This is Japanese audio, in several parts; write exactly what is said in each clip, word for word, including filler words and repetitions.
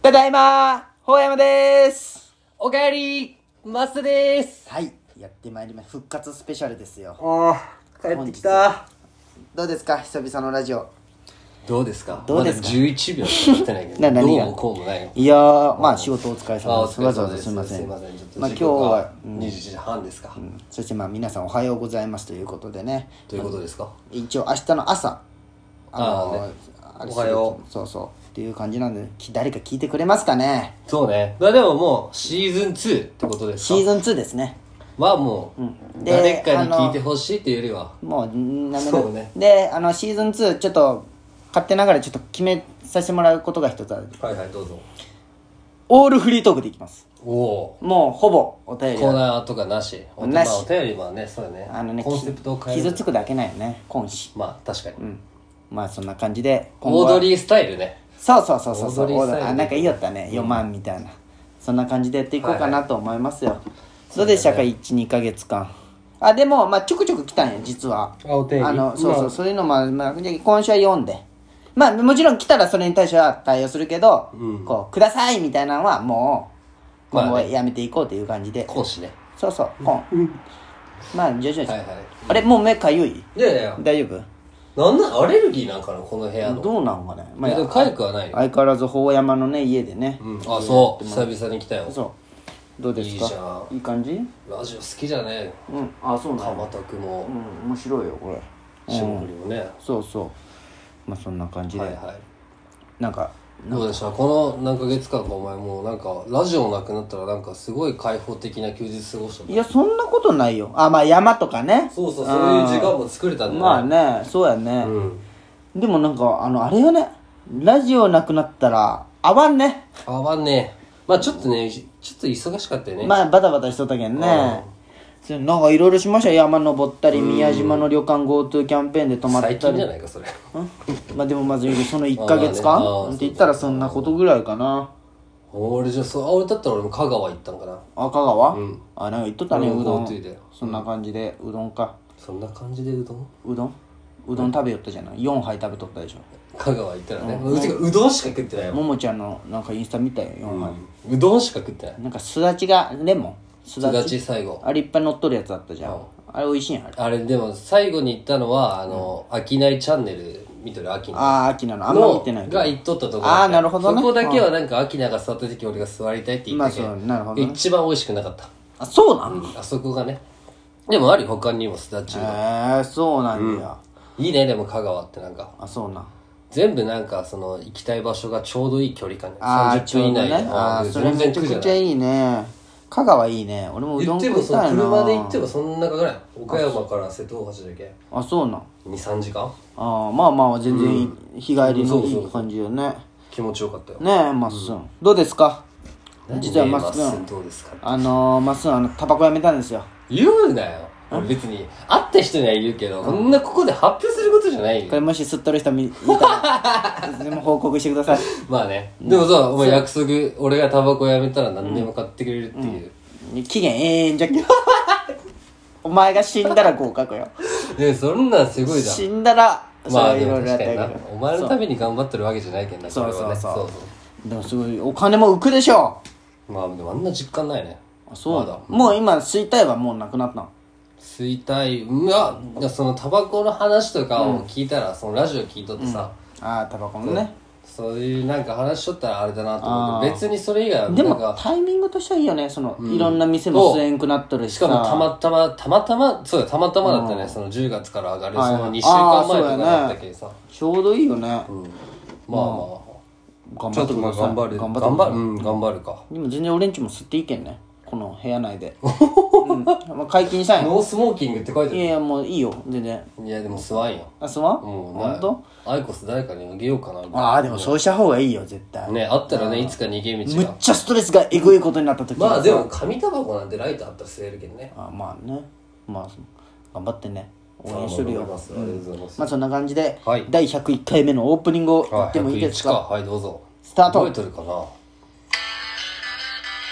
ただいまほうやまです。 おかえりマスタです。 はい、やってまいりました。復活スペシャルですよ。 ああ、帰ってきた。 どうですか、久々のラジオ。 どうですか。 どうですか。 まだじゅういちびょうしか経ってないけどな何がどうもこうもないよ。 いやー、まあ仕事お疲れ様です。 あお疲れ様です。 わざわざすいません。 すいません、ちょっとまあ今日時刻がは、うんにじゅういちじはんですか、 うん、そしてまあ皆さんおはようございますということでね。 ということですか。 一応明日の朝あのーあーねあれおはようそうそうっていう感じなんで、き誰か聞いてくれますかね。 そうね。まあでももうシーズンツーってことですか。 シーズンツーですね。 はもう、 うんで誰かに聞いてほしいっていうよりはもうなめそうね。 であのシーズンツーちょっと勝手ながらちょっと決めさせてもらうことが一つある。 はいはいどうぞ。 オールフリートークでいきます。 おおもうほぼお便りはコーナーとかなし。 なしまあお便りはね、そうだね。 あのねコンセプトを変える。 傷つくだけないよね今し。 まあ確かに、 うんまあそんな感じでオードリースタイルね。 そうそうそうそうそうオードリースタイルであなんかいいよったね、よまんみたいなそんな感じでやっていこうかなと思いますよ。どうでしたか、いちにかげつかん。あでもまあちょくちょく来たんよ実は。 あお便りあのそうそう、 まあそういうのも、まあ、今週は読んでまあもちろん来たらそれに対しては対応するけど、 うんこうくださいみたいなのはもう今後はまあねやめていこうという感じで、 講師ね。 そうそうコンまあ徐々に、 はいはい。 あれもう目かゆいいやいやいや、 大丈夫なんなんアレルギーなんかなこの部屋の。 どうなんかね、まいやでも痒くはないよ。 相変わらず法山のね家でね、 うん、あそう久々に来たよ。 そうどうですか。 いいじゃんいい感じ。 ラジオ好きじゃね。 うんあそうなん鎌や田君もうん面白いよこれ。 霜降りもね。 そうそうまあそんな感じで、 はいはい。 なんかどうでしたこの何ヶ月間かお前もうなんかラジオなくなったらなんかすごい開放的な休日過ごしたんだ。 いやそんなことないよ。あまあ山とかね。 そうそうそういう時間も作れたんだね。 まあねそうやね、 うん。 でもなんかあのあれよね、ラジオなくなったら合わんね。 合わんね。まあちょっとねちょっと忙しかったよね。 まあバタバタしとったけんね。そうなんかいろいろしましたよ。山登ったり宮島の旅館 GoTo キャンペーンで泊まったり。 最近じゃないかそれ。 まあでもまずそのいっかげつかん、 あーねあーって言ったらそんなことぐらいかな。 俺じゃそうあ俺だったら俺も香川行ったんかな。 あ香川、 うんあなんか言っとったね、 うんうどん GoTo でそんな感じで、うどんかそんな感じでうどんうどんうどん食べよったじゃない、よんはい食べとったでしょ。 香川行ったらね、うちがうどんしか食ってないよ。 ももちゃんのなんかインスタ見たよよんはい、 うどんしか食ってない。 なんかすだちがレモンすすだち最後。 あれいっぱい乗っとるやつあったじゃん、 うんあれ美味しいんやあれ。 あれでも最後に行ったのはあの「あきないチャンネル」見とるアキナああ秋なのあんま見てないけどが行っとったところあーなるほどねそこだけはなんかアキナが座った時俺が座りたいって言ったけど、 まあそうなるほどね一番美味しくなかった。 あそうなん、 あそこがね。でもあり他にもすだちへがえそうなんや、 いいね。でも香川ってなんかあそうなん全部なんかその行きたい場所がちょうどいい距離感ね。 ああさんじゅっぷん以内でねああーそれめちゃくちゃいいね。香川いいね。俺もうどん言ってもその食いたいな。 車で行ってもそんなかかない。岡山から瀬戸大橋だけあそうなんにさんじかん。 ああまあまあ全然いい、日帰りのそうそうそういい感じよね。 気持ちよかったよ。 ねえまっすん、どうですか。実はまっすまっすんんどうですか。 あのー、まっすんあのタバコやめたんですよ。 言うなよ。俺別に会った人には言うけど、こんなここで発表することじゃないよ。 これもし吸っとる人見いたらいつでも報告してください。 まあね。でもさ、お前約束、俺がタバコやめたら何でも買ってくれるっていう。 期限永遠じゃけお前が死んだら合格よ。 ねそんなんすごいじゃん。 死んだらそまあでれいろいろやも確かになったけど。 お前のために頑張ってるわけじゃないけんな。 そうこれはねそうそうそうでもすごいお金も浮くでしょ。 そう。まあでもあんな実感ないね。 あそうだ、 まだもう今吸いたいはもうなくなったの。 吸いたい。うわいやそのタバコの話とかを聞いたら、そのラジオ聞いとってさ、 ああタバコのね。 そういうなんか話しとったらあれだなと思って、別にそれ以外はでもなんかタイミングとしてはいいよね。その、いろんな店も吸えんくなっとるしさ。 しかもたまたまたまたまそうだたまたまだったね、そのじゅうがつから上がる、 はいはいそのにしゅうかんまえとかあーそうやねだったけどさ、 ちょうどいいよね。 まあまあ頑ちょっとまあ張ってください。 頑張る頑張って頑ください。 張るうん頑張るか。 でも全然俺んちも吸っていいけんね。この部屋内で。うん。まあ、解禁したいの。 ノースモーキングって書いていやいやもういいよ全然。 ある。いやでも吸わんよ。 あ吸わん？ もうほんと？ アイコス誰かにあげようかなみたいな。 ああでもそうした方がいいよ絶対。 ねあったらねいつか逃げ道が。 むっちゃストレスがえぐいことになった時まあでも紙タバコなんてライトあったら吸えるけどね。 あまあねまあ頑張ってね応援してるよ。 ありがとうございます。 まあそんな感じで、 はいだいひゃくいっかいめのオープニングをやってもいいですか。 はいどうぞ。 スタート。 覚えとるかな。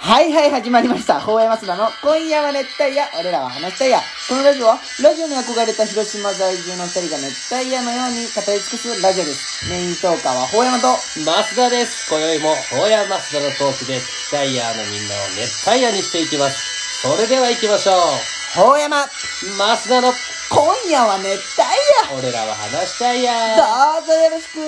はいはい、始まりました。ほうやますだの今夜は熱帯夜、俺らは話したいや。このラジオは、ラジオに憧れた広島在住の二人が熱帯夜のように語り尽くすラジオです。メイントーカーはほうやまと、 増田です。今宵も、ほうや増田のトークで、熱帯夜のみんなを熱帯夜にしていきます。それでは行きましょう。 ほうやま、 増田の今夜は熱帯夜。 俺らは話したいや。 どうぞよろしく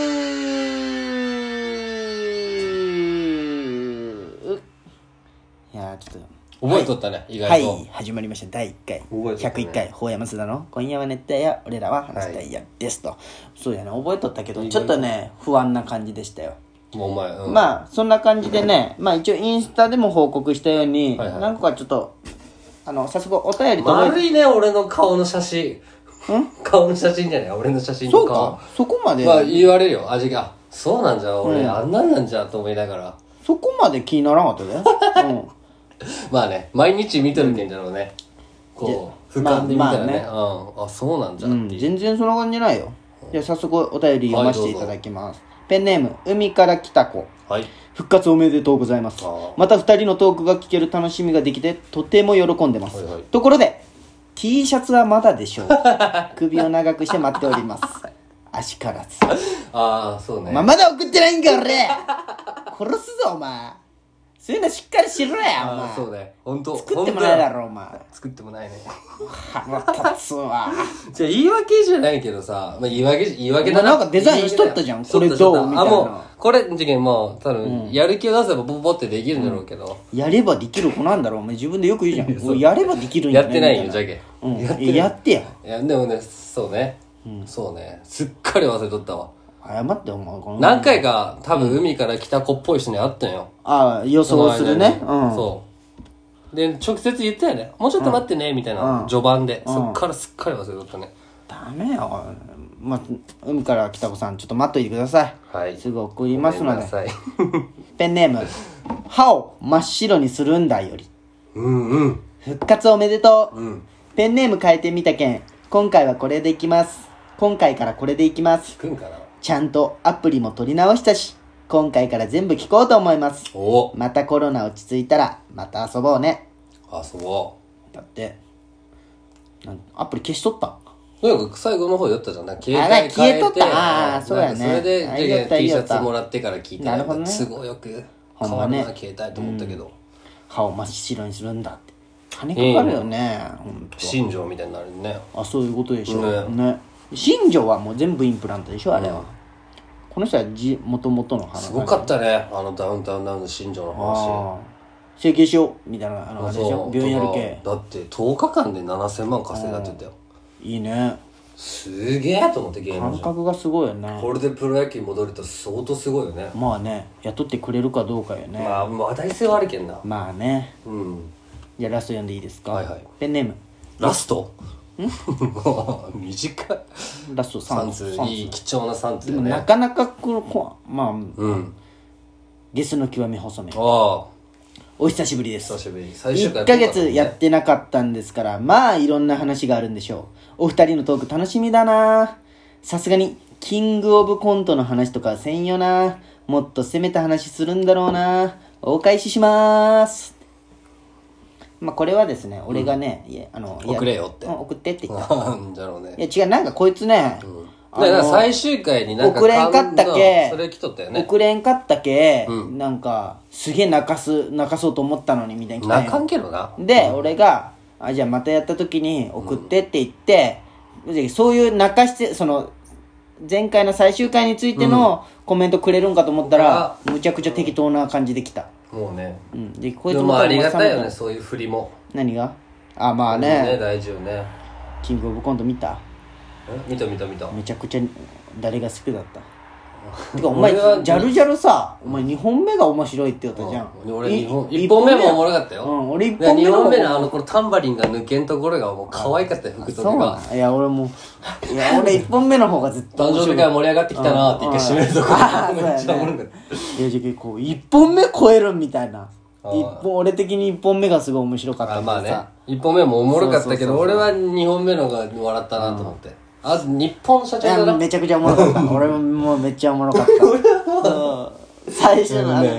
いやーちょっと覚えとったね、意は外と。 い、始まりました。だいいっかい。 覚えとったねひゃくいっかい、ほうやますだの今夜は熱帯夜、俺らは話したいやですと。そうやね、覚えとったけど、ちょっとね、不安な感じでしたよ。 もうお前、うん。 まあ、そんな感じでね、まあ一応インスタでも報告したように、 はいはい何個かちょっと、あの、早速お便り届いて。 丸いね、俺の顔の写真。ん顔の写真じゃない俺の写真そうの顔。 かそこまで、 まあ言われるよ、味が。そうなんじゃ、俺、あんなんなんじゃと思いながら。 そこまで気にならなかったで。うん。 まあね、毎日見てるけんじゃろうね。こう、俯瞰で見たらね。 まうん。あ、そうなんじゃっうん、 ていう。 全然そんな感じないよ。じゃあ早速お便り読ませていただきます。ペンネーム、海から来た子。 はい。 復活おめでとうございますあー。 またふたりのトークが聞ける楽しみができてとても喜んでます。 はいはいところで、T シャツはまだでしょう首を長くして待っております。足からず。 ああ、そうね。 まあ、まだ送ってないんか、俺殺すぞ、お前。そういうのしっかりしろや、お前。 ああ、そうね。ほんと。 作ってもないだろ。 ろ、お前。 作ってもないね。 腹立つわ。 じゃあ言い訳じゃないけどさ、まあ言い訳、言い訳だな。 なんかデザインしとったじゃん言い訳だよこれどうみたいなあ、もう、これ、事件もう、多分、やる気を出せばポポポってできるんだろうけど。 やればできる子なんだろう、お前自分でよく言うじゃん。俺やればできるんやってないよ、 みたじゃけ。 うん。 やってないやってや。 いや、でもね、そうね。そうね。すっかり忘れとったわ。 謝って、お前。この何回か、多分海から来た子っぽい人に会ったんよ。 ああ、予想するね。うん。 そう。で、直接言ったよね。もうちょっと待ってね、みたいな。序盤で。そっからすっかり忘れとったね。 ダメよ。ま、海から来た子さん、ちょっと待っといてください。 はい。 すぐ送りますので。 ごめんなさい。 ペンネーム、歯を真っ白にするんだより。 うんうん。 復活おめでとう。 うん。 ペンネーム変えてみたけん。今回はこれでいきます。今回からこれでいきます。 聞くんかなちゃんとアプリも取り直したし、今回から全部聞こうと思います。 おまたコロナ落ち着いたら、また遊ぼうね。 遊ぼだって、なんアプリ消しとったんう。とにかく最後の方やったじゃん。なんか携あ帯変えて。 消えとったあーそうやねなんかそれで、 あいいよったいい T シよったャツもらってから聞いてなるほどね都合よく変ほんまねわるな、携帯と思ったけど。 歯を真っ白にするんだって。金かかるよね、ほんと。 新庄みたいになるね。 あ、そういうことでしょ。 ねね。新庄はもう全部インプラントでしょ、あれは。この人はじ、もともとの話。 すごかったね。あのダウンタウンダウンの新庄の話。 ああ。整形しようみたいな、あの、あれでしょ。 そう病院やる系。 だってとおかかんでななせんまん稼いだって言ったよ。 いいね。 すげえと思って芸能人。 感覚がすごいよね。 これでプロ野球戻れたら相当すごいよね。 まあね、雇ってくれるかどうかよね。 まあ話題性はあるけんな。 まあね。 うん。 じゃあラスト読んでいいですか。 はいはいペンネーム。 ラストもう短い。 ラストさんさん通いい貴重なさん通でもね。 なかなかこのこまあ、 うん。 ゲスの極み細め。 ああ。 お久しぶりです。 久しぶり。最終回いっかげつやってなかったんですから、まあいろんな話があるんでしょう。お二人のトーク楽しみだな。さすがに、キングオブコントの話とかせんよな。もっと攻めた話するんだろうな。お返ししまーす。まあこれはですね、俺がね、いやあのいや送れよってうん送ってって言った。 なんじゃろうね。 いや違う、なんかこいつね、 だから最終回になんか送れんかったけそれ来とったよね。 送れんかったけ、 うんなんかすげえ泣かす泣かそうと思ったのにみたいな来たんよ泣かんけどな。 で、俺があじゃあまたやった時に送ってって言って、そういう泣かしてその前回の最終回についてのコメントくれるんかと思ったら、むちゃくちゃ適当な感じで来た。 もうね。 うん、でこいでつ多分もまあありがたいよね、 おっさんだそういう振りも。 何があまあね、 ね大事よね。 キングオブコント見た？ え見た見た見た。 めちゃくちゃ誰が好きだったてかお前ジ俺はャルジャルさお前にほんめが面白いって言ったじゃん、 うん俺い二本一本目もおもろかったよ。 うん俺一いや二本目の方本目のあのこのタンバリンが抜けんところがもう可愛かったよ、服とそうかが。 なんいや俺もいや俺一本目の方がずっと誕生日会盛り上がってきたなーって一回締めるとこあーろめっちゃおもろそうやかった。 いやじゃあこう一本目超えるみたいなあー一本俺的に一本目がすごい面白かったけどさ、 あまあね一本目もおもろかったけそうそうそうそうど俺は二本目のが笑ったなと思って。あ日本の社いや長だな。 めちゃくちゃおもろかった俺ももうめっちゃおもろかったうん最初のあのねあ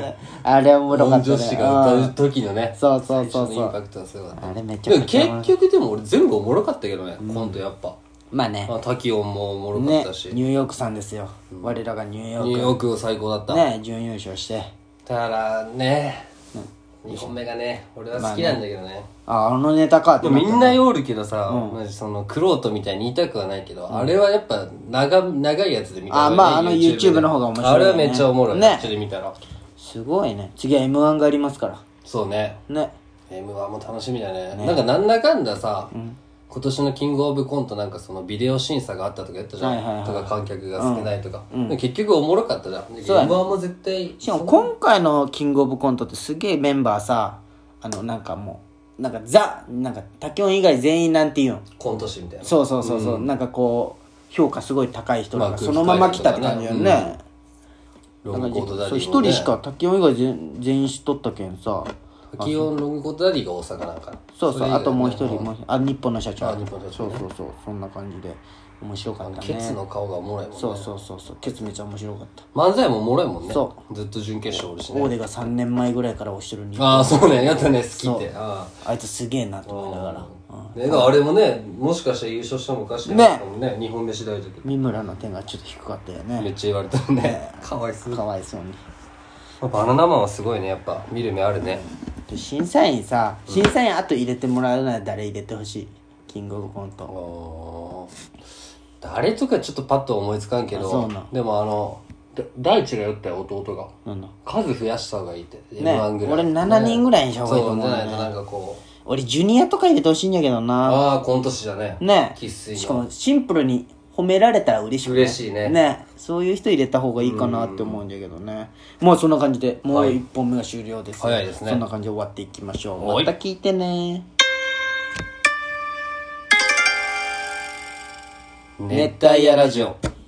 あれおもろかったね。 女子が歌う時のね、 そうそうそうそう最初のインパクトはすごかった。 あれめちゃでもくちゃおもろい。 結局でも俺全部おもろかったけどね、コントやっぱ。 まあねまあ、タキオンもおもろかっねたし、 ニューヨークさんですよ、我らがニューヨークニューヨーク最高だった。 ね準優勝して。 だからね、にほんめがね俺は好きなんだけどね。 ああのネタかってでもなったみんなおるけどさ、マジそのクロートみたいに言いたくはないけど、あれはやっぱ長長いやつで見たあまああの YouTube の方が面白いね。 あれはめっちゃおもろいねこっちで見たら。 すごいね。次は エムワン がありますからそうね、 ね。 エムワン も楽しみだね。なんかなんだかんださ、今年のキングオブコントなんかそのビデオ審査があったとか言ったじゃん、 はいはいはいとか観客が少ないとか、でも結局おもろかったじゃん。 そうだねエムワン も絶対しかも今回のキングオブコントってすげえメンバーさ、あのなんかもうなんかザなんかタキオン以外全員なんて言うんコント師みたいな。 そうそうそうそう、なんかこう評価すごい高い人がまあそのまま来たって感じだよね。 ロングコートダデそうィもね、 一人しかタキオン以外全全員知っとったけんさ。 タキオンロングコートダディが大阪なんかな。 そうそう、 れ以外あともう一人もうあ日本の社長。 あ日本の社長ねそうそうそう、そんな感じで面白かったね。 ケツの顔がおもろいもんね。 そうそうそうそう、ケツめちゃ面白かった。 漫才もおもろいもんね。 そずっと準決勝おるしね。 オーデがさんねんまえぐらいから推してる日本。 ああそうね、やったね、好きって。ああいつすげえなと思いながら、 あ、ね、あれもね、もしかしたら優勝したのかしらねもね、日本飯大時三村の点がちょっと低かったよね。 めっちゃ言われたね。かわいそう。 かわいそうに。 バナナマンはすごいね、やっぱ見る目あるね。 で審査員さ、審査員あと入れてもらうなら誰入れてほしい？キングオブコント。 おー誰とかちょっとパッと思いつかんけあそうどなん、 でもあのだ大地が言ったよ、弟がなんだ数増やした方がいいって、 ねエムワン ぐらい。 俺ななにんぐらいにした方がいいと思うねそうじゃないとなんかこう、 俺ジュニアとか入れてほしいんやけどな。 ああコント師じゃねね生粋のしかもシンプルに褒められたら嬉しくない？ 嬉しいねねそういう人入れた方がいいかなって思うんだけどね。もうそんな感じでもういっぽんめが終了です。 早いですねそんな感じで終わっていきましょう。 はいまた聞いてね。 熱帯夜ラジオ。